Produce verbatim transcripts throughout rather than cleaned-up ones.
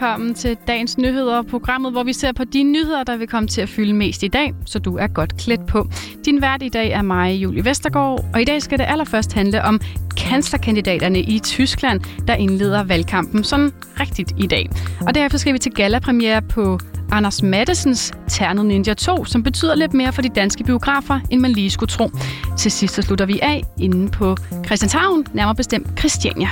velkommen til dagens nyheder, programmet, hvor vi ser på de nyheder, der vil komme til at fylde mest i dag, så du er godt klædt på. Din vært i dag er mig, Julie Vestergaard, og i dag skal det allerførst handle om kanslerkandidaterne i Tyskland, der indleder valgkampen sådan rigtigt i dag. Og derefter skal vi til gallapremiere på Anders Mattesens Ternet Ninja to, som betyder lidt mere for de danske biografer, end man lige skulle tro. Til sidst så slutter vi af inde på Christianshavn, nærmere bestemt Christiania.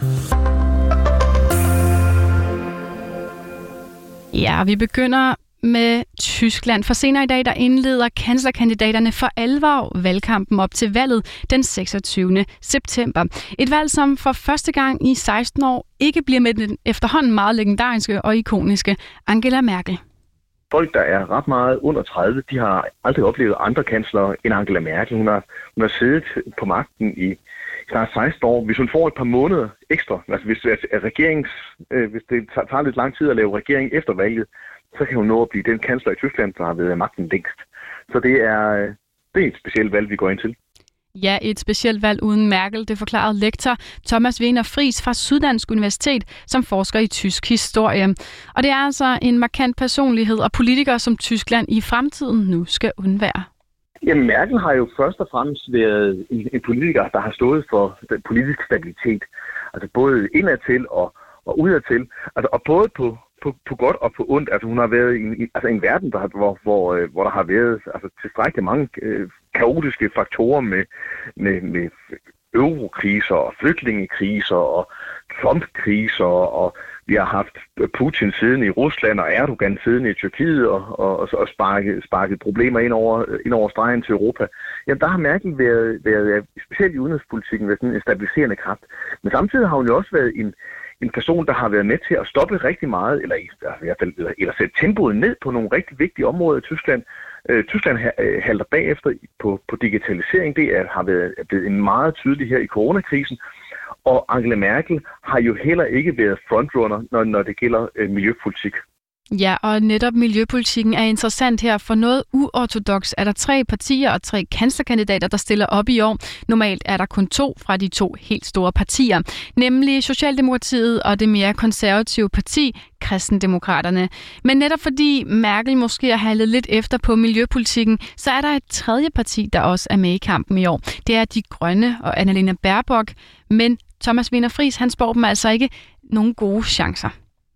Ja, vi begynder med Tyskland. For senere i dag, der indleder kanslerkandidaterne for alvor valgkampen op til valget den seksogtyvende september. Et valg, som for første gang i seksten år ikke bliver med den efterhånden meget legendariske og ikoniske Angela Merkel. Folk, der er ret meget under tredive, de har aldrig oplevet andre kanslere end Angela Merkel. Hun har, hun har siddet på magten i snart seksten år. Hvis hun får et par måneder ekstra, altså hvis, at regerings, øh, hvis det tager lidt lang tid at lave regering efter valget, så kan hun nå at blive den kansler i Tyskland, der har været magten længst. Så det er, det er et specielt valg, vi går ind til. Ja, et specielt valg uden Merkel, det forklarede lektor Thomas Wiener Friis fra Syddansk Universitet, som forsker i tysk historie. Og det er altså en markant personlighed og politiker, som Tyskland i fremtiden nu skal undvære. Jamen, Merkel har jo først og fremmest været en, en politiker, der har stået for den politiske stabilitet. Altså både indadtil og, og udadtil. Altså, og både på, på, på godt og på ondt. Altså hun har været i en, altså en verden, der, hvor, hvor, hvor der har været altså, tilstrækkeligt mange øh, kaotiske faktorer med, med, med eurokriser og flygtningekriser og Trump-kriser, og vi har haft Putin siddende i Rusland og Erdogan siddende i Tyrkiet og, og, og sparket, sparket problemer ind over, ind over stregen til Europa. Jamen, der har Merkel været, været specielt i udenrigspolitikken, været sådan en stabiliserende kraft. Men samtidig har hun jo også været en, en person, der har været med til at stoppe rigtig meget, eller i hvert fald eller, eller sætte tempoet ned på nogle rigtig vigtige områder i Tyskland. Øh, Tyskland halter bagefter på, på digitalisering. Det er, har været er blevet en meget tydelig her i coronakrisen. Og Angela Merkel har jo heller ikke været frontrunner, når, når det gælder øh, miljøpolitik. Ja, og netop miljøpolitikken er interessant her, for noget uortodoks er der tre partier og tre kanslerkandidater, der stiller op i år. Normalt er der kun to fra de to helt store partier, nemlig Socialdemokratiet og det mere konservative parti, Kristendemokraterne. Men netop fordi Merkel måske har haltet lidt efter på miljøpolitikken, så er der et tredje parti, der også er med i kampen i år. Det er De Grønne og Annalena Baerbock, men Thomas Wiener Friis, han spår dem altså ikke nogen gode chancer.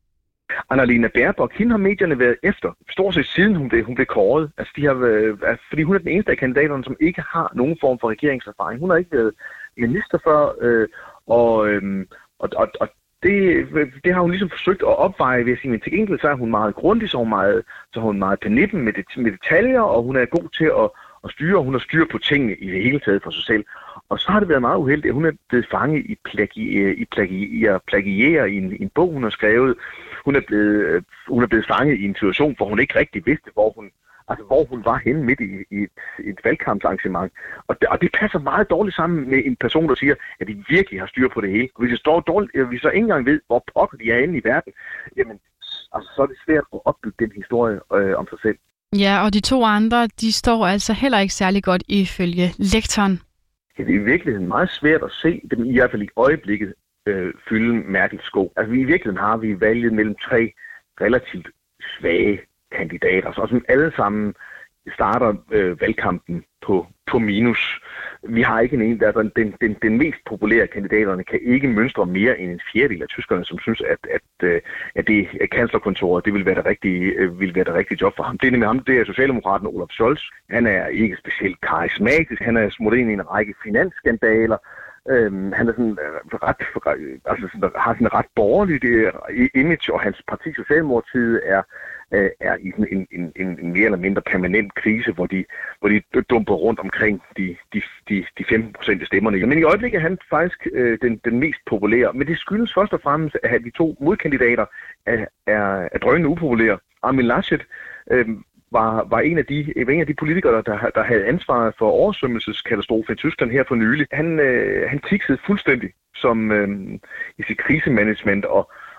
Annalena Baerbock, hende har medierne været efter, stort set siden hun blev, hun blev kåret. Altså, de har, øh, fordi hun er den eneste af kandidaterne, som ikke har nogen form for regeringserfaring. Hun har ikke været minister før, øh, og, øh, og, og, og det, det har hun ligesom forsøgt at opveje ved at sige, men til gengæld så er hun meget grundig, så er hun meget, så er hun meget på nippen med, det, med detaljer, og hun er god til at, at styre, hun har styr på tingene i det hele taget for sig selv. Og så har det været meget uheldigt, at hun er blevet fanget i, plagi, i, plagi, i at plagiere i en, i en bog, hun har skrevet. Hun er, blevet, hun er blevet fanget i en situation, hvor hun ikke rigtig vidste, hvor hun, altså hvor hun var henne midt i, i et, et valgkampsarrangement. Og det, og det passer meget dårligt sammen med en person, der siger, at de virkelig har styr på det hele. Hvis det står dårligt, hvis vi så ikke engang ved, hvor pokker de er inde i verden, jamen altså, så er det svært at opbygge den historie øh, om sig selv. Ja, og de to andre, de står altså heller ikke særlig godt ifølge lektoren. Det er i virkeligheden meget svært at se dem, i hvert fald i øjeblikket, øh, fylde Merkels sko. Altså i virkeligheden har vi valget mellem tre relativt svage kandidater, så som alle sammen starter øh, valgkampen på, på minus. Vi har ikke en en, der den, den, den, den mest populære kandidaterne kan ikke mønstre mere end en fjerdedel af tyskerne, som synes, at, at, at det at kanslerkontoret, det vil være det rigtige, vil være det rigtige job for ham. Det er nemlig ham, det er Socialdemokraten Olaf Scholz. Han er ikke specielt karismatisk. Han er smurt ind i en række finansskandaler. Øhm, han er sådan ret, altså sådan, har sådan ret borgerligt image, og hans parti Socialdemokratiet er er i en, en, en, en mere eller mindre permanent krise, hvor de, hvor de dumper rundt omkring de, de, de, de femten procent af stemmerne. Men i øjeblikket er han faktisk øh, den, den mest populære. Men det skyldes først og fremmest, at de to modkandidater er, er, er drønende upopulære. Armin Laschet øh, var, var en af de, en af de politikere, der, der havde ansvaret for oversvømmelseskatastrofen i Tyskland her for nylig. Han, øh, han tiksede fuldstændig som øh, i sit krisemanagement og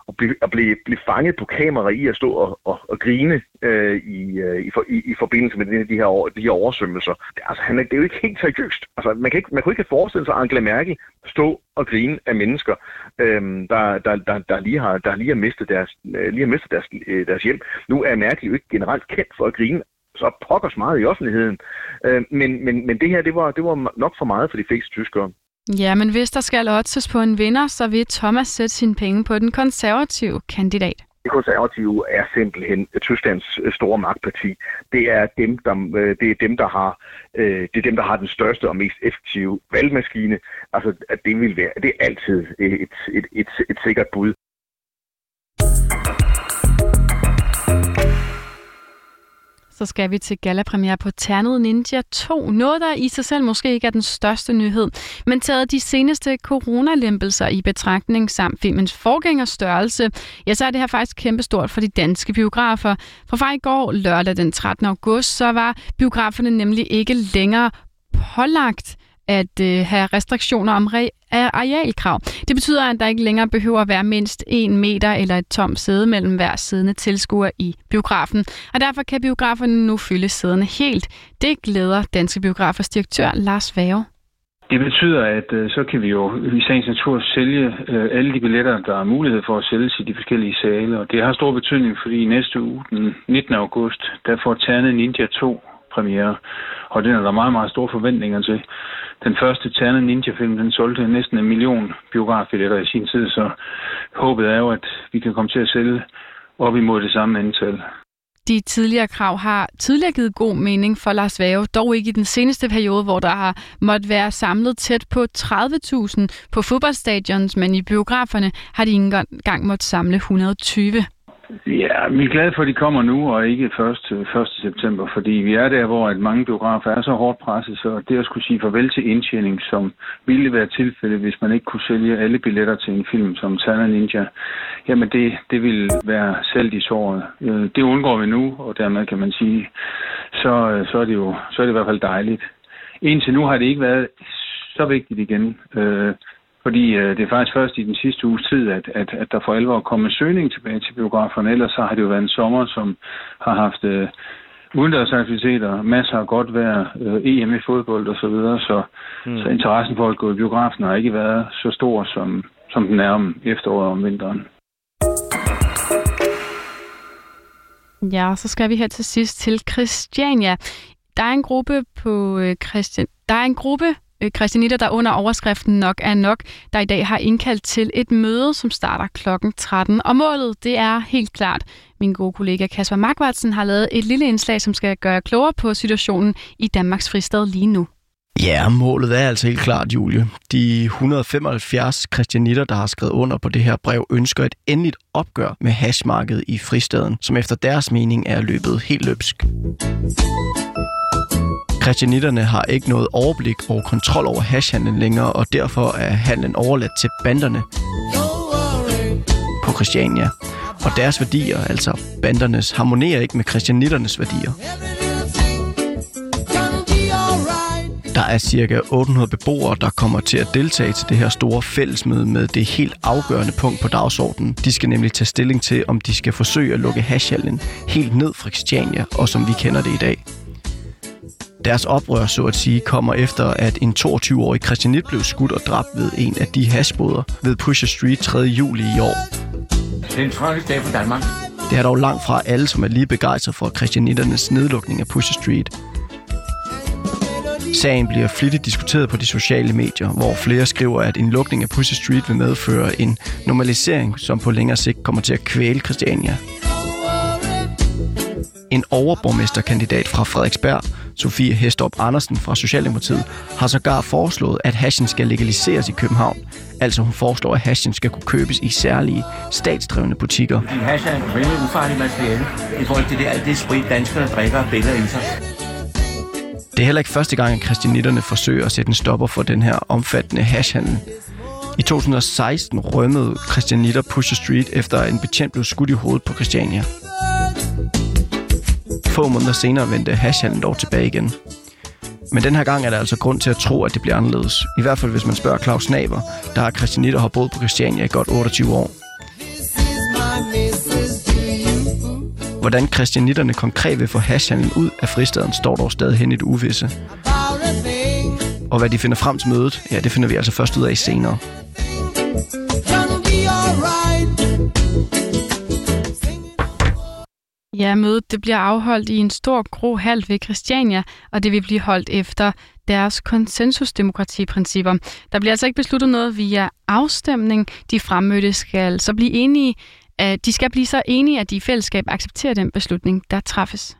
at blive, at blive, blive fanget på kamera i at stå og, og, og grine øh, i, øh, i, for, i, i forbindelse med de her, de her oversvømmelser. Det, altså, han er, det er jo ikke helt seriøst. Altså, man, kan ikke, man kunne ikke forestille sig, at Angela Merkel stå og grine af mennesker, øh, der, der, der, der, lige har, der lige har mistet, deres, lige har mistet deres, deres hjem. Nu er Merkel jo ikke generelt kendt for at grine så pokkers meget i offentligheden. Øh, men, men, men det her, det var, det var nok for meget for de fleste tyskere. Ja, men hvis der skal oddses på en vinder, så vil Thomas sætte sine penge på den konservative kandidat. Det konservative er simpelthen Tysklands store magtparti. Det er dem, der, det er dem, der har, det er dem, der har den største og mest effektive valgmaskine. Altså, at det vil være, det er altid et, et, et, et sikkert bud. Så skal vi til gallapremiere på Ternet Ninja to. Noget, der i sig selv måske ikke er den største nyhed, men taget de seneste coronalempelser i betragtning samt filmens forgængerstørrelse, ja, så er det her faktisk kæmpestort for de danske biografer. For fra i går, lørdag den trettende august, så var biograferne nemlig ikke længere pålagt at øh, have restriktioner om re- arealkrav. Det betyder, at der ikke længere behøver at være mindst en meter eller et tomt sæde mellem hver siddende tilskuer i biografen. Og derfor kan biograferne nu fylde sæderne helt. Det glæder Danske Biografers direktør Lars Vave. Det betyder, at øh, så kan vi jo i sagens natur sælge øh, alle de billetter, der er mulighed for at sælge i de forskellige sale. Og det har stor betydning, fordi næste uge, den nittende august, der får Ternet Ninja to premiere. Og den er der meget, meget store forventninger til. Den første Ternet Ninja-film, den solgte næsten en million biografbilletter i sin tid, så håbet er jo, at vi kan komme til at sælge op imod det samme antal. De tidligere krav har tidligere givet god mening for Lars Vave, dog ikke i den seneste periode, hvor der har måttet være samlet tæt på tredive tusind på fodboldstadions, men i biograferne har de ikke engang måttet samle et hundrede og tyve. Ja, vi er glade for, at de kommer nu, og ikke først første september, fordi vi er der, hvor at mange biografer er så hårdt presset, så det at skulle sige farvel til indtjening, som ville være tilfældet, hvis man ikke kunne sælge alle billetter til en film som Ternet Ninja, jamen det, det ville være selv i såret. Det undgår vi nu, og dermed kan man sige, så, så er det jo så er det i hvert fald dejligt. Indtil nu har det ikke været så vigtigt igen, fordi øh, det er faktisk først i den sidste uges tid, at, at, at der for alvor kommer søgning tilbage til biograferne. Ellers så har det jo været en sommer, som har haft øh, udendørsaktiviteter, masser af godt vejr, øh, E M i fodbold og så videre. Så, mm. så interessen for at gå i biografen har ikke været så stor, som, som den er om efteråret og om vinteren. Ja, så skal vi her til sidst til Christiania. Der er en gruppe på øh, Christian... Der er en gruppe Christianitter, der under overskriften Nok er nok, der i dag har indkaldt til et møde, som starter klokken tretten. Og målet, det er helt klart. Min gode kollega Kasper Markvartsen har lavet et lille indslag, som skal gøre klogere på situationen i Danmarks fristad lige nu. Ja, målet er altså helt klart, Julie. De et hundrede og femoghalvfjerds christianitter, der har skrevet under på det her brev, ønsker et endeligt opgør med hashmarkedet i fristaden, som efter deres mening er løbet helt løbsk. Christianitterne har ikke noget overblik og kontrol over hashhandlen længere, og derfor er handlen overladt til banderne på Christiania. Og deres værdier, altså bandernes, harmonerer ikke med christianitternes værdier. Der er cirka otte hundrede beboere, der kommer til at deltage til det her store fællesmøde med det helt afgørende punkt på dagsordenen. De skal nemlig tage stilling til, om de skal forsøge at lukke hashhandlen helt ned fra Christiania, og som vi kender det i dag. Deres oprør, så at sige, kommer efter, at en toogtyve-årig christianit blev skudt og dræbt ved en af de hashboder ved Pusher Street tredje juli i år. Det er en tragisk dag for Danmark. Det er dog langt fra alle, som er lige begejstret for christianitternes nedlukning af Pusher Street. Sagen bliver flittigt diskuteret på de sociale medier, hvor flere skriver, at en lukning af Pusher Street vil medføre en normalisering, som på længere sigt kommer til at kvæle Christiania. En overborgmesterkandidat fra Frederiksberg, Sofie Hæstrup Andersen fra Socialdemokratiet, har sågar foreslået, at hashen skal legaliseres i København. Altså hun foreslår, at hashen skal kunne købes i særlige statsdrevne butikker. Hash er en vældig ufarlig materiale i forhold til det, alt det sprit, danskerne drikker og billeder i sig. Det er heller ikke første gang, at christianitterne forsøger at sætte en stopper for den her omfattende hashhandel. I to tusind og seksten rømmede christianitter Pusher Street, efter en betjent blev skudt i hovedet på Christiania. Få måneder senere vendte hashhandlen dog tilbage igen. Men den her gang er der altså grund til at tro, at det bliver anderledes. I hvert fald hvis man spørger Claus Naber, der er christianitter har boet på Christiania i godt otteogtyve år. Hvordan christianitterne konkret vil få hashhandlen ud af fristaden, står dog stadig hen i det uvisse. Og hvad de finder frem til mødet, ja, det finder vi altså først ud af senere. Ja, mødet det bliver afholdt i en stor grå hal ved Christiania, og det vil blive holdt efter deres konsensusdemokratiprincipper. Der bliver altså ikke besluttet noget via afstemning. De fremmødte skal så blive enige, at de skal blive så enige, at de i fællesskab accepterer den beslutning, der træffes.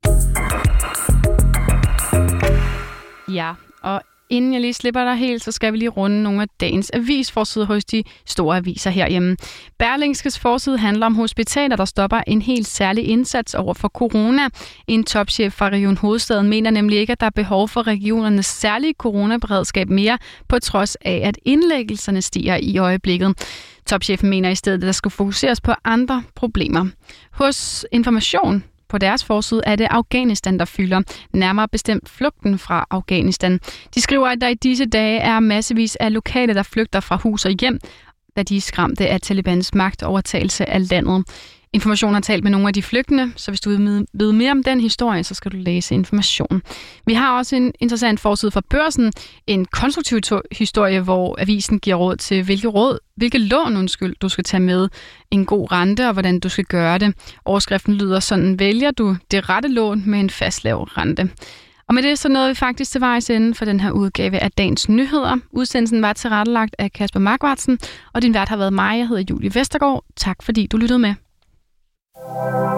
Ja, og inden jeg lige slipper dig helt, så skal vi lige runde nogle af dagens avisforsider hos de store aviser herhjemme. Berlingskes forside handler om hospitaler, der stopper en helt særlig indsats over for corona. En topchef fra Region Hovedstaden mener nemlig ikke, at der er behov for regionernes særlige coronaberedskab mere, på trods af, at indlæggelserne stiger i øjeblikket. Topchefen mener i stedet, at der skal fokuseres på andre problemer. Hos Information på deres forside er det Afghanistan, der fylder, nærmere bestemt flugten fra Afghanistan. De skriver, at der i disse dage er massevis af lokale, der flygter fra hus og hjem, da de er skræmte af Talibans magtovertagelse af landet. Information har talt med nogle af de flygtende, så hvis du vil vide mere om den historie, så skal du læse Information. Vi har også en interessant forside fra Børsen, en konstruktiv to- historie, hvor avisen giver råd til, hvilke råd, hvilke lån undskyld, du skal tage med, en god rente og hvordan du skal gøre det. Overskriften lyder sådan: vælger du det rette lån med en fast lav rente. Og med det så nåede vi faktisk til vejs ende for den her udgave af Dagens Nyheder. Udsendelsen var tilrettelagt af Kasper Markvartsen, og din vært har været mig. Jeg hedder Julie Vestergaard. Tak fordi du lyttede med.